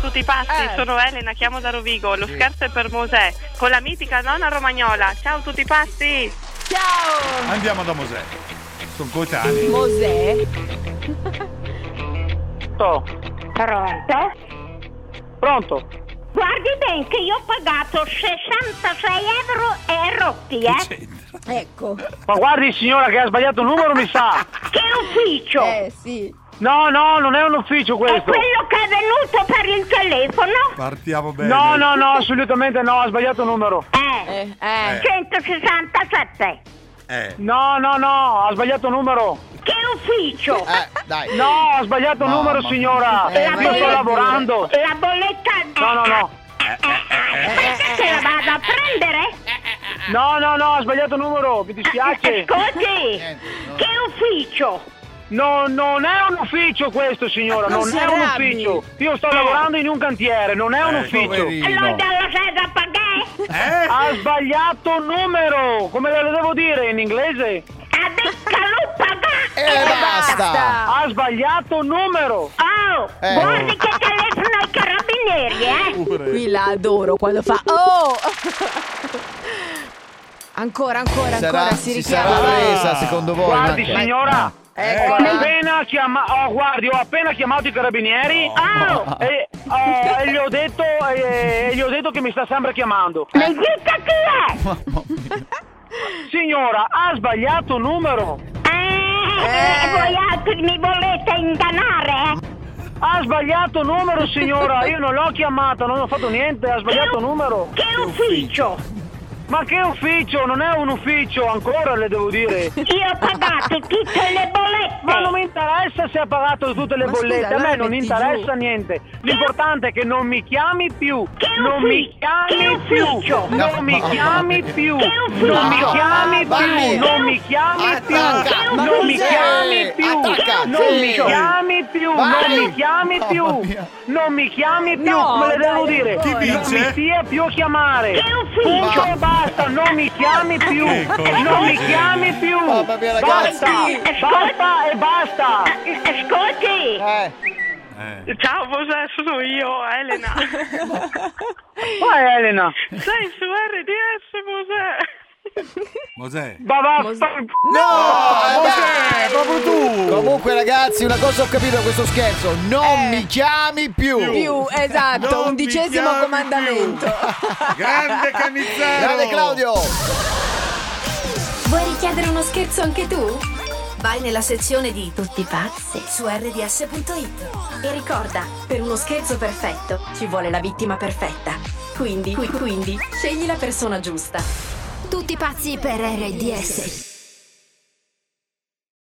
tutti pazzi, sono Elena, chiamo da Rovigo. Lo scherzo è per Mosè, con la mitica nonna romagnola. Ciao tutti pazzi. Ciao. Andiamo da Mosè. Sono coetanei. Mosè. Pronto? Pronto? Guardi bene che io ho pagato 66 euro e rotti, Ecco. Ma guardi signora che ha sbagliato il numero, mi sa. Che ufficio? Sì. No, non è un ufficio È questo. quello che è venuto per il telefono? Partiamo bene. No, assolutamente no, ha sbagliato il numero. 167. No, ha sbagliato il numero. Che ufficio? Dai. No, ha sbagliato il numero signora. Io sto lavorando. La bolletta... No. Perché te la vado a prendere? No, ha sbagliato il numero, mi dispiace. Scusi, che ufficio? No, non è un ufficio questo signora, non è un ufficio. Io sto lavorando in un cantiere, non è un ufficio. Allora dallo sei da pagare? Ha sbagliato numero, come le devo dire in inglese? Ha detto lo pagare! Basta. Ha sbagliato numero. Oh, guardi che telefono ai carabinieri, Qui la adoro quando fa ancora si Si richiama. sarà resa secondo voi? Guardi ma- signora, Ecco. ho appena chiamato i carabinieri e gli ho detto che mi sta sempre chiamando. Mi dica chi è? Signora, ha sbagliato numero. Voi altri mi volete ingannare? Ha sbagliato numero signora, io non l'ho chiamata, non ho fatto niente, ha sbagliato numero. Che ufficio? Ma che ufficio? Non è un ufficio, ancora le devo dire. Io ho pagato tutte le bollette. Ma non mi interessa se ha pagato tutte le Ma bollette, scusa, a me allora non metti interessa giù. niente. L'importante è che non mi chiami più. Che Non mi chiami più. ufficio? Non mi chiami più. Che ufficio? Non mi chiami più. Non mi chiami più. Attacca. Non mi chiami più. Attacca. Non mi Sì. chiami più. Non Vai. mi chiami più. Mamma mia. Non mi chiami più. No, Come le devo dai, dire? ancora. Non mi stia più a chiamare. Che ufficio? Punto e basta. Non mi chiami più. Non mi chiami più. Mamma mia, ragazzi. Basta e basta. Ascolti. Ciao Mosè, sono io, Elena. Vai Elena. Sei su RDS, Mosè. Mosè. Mosè, proprio tu. Comunque ragazzi, una cosa ho capito da questo scherzo: non mi chiami più. Esatto, Non mi 11° chiami comandamento. Grande Canizzaro. Grande Claudio. Vuoi richiedere uno scherzo anche tu? Vai nella sezione di Tutti pazzi su rds.it e ricorda, per uno scherzo perfetto ci vuole la vittima perfetta. Quindi scegli la persona giusta. Tutti pazzi per RDS.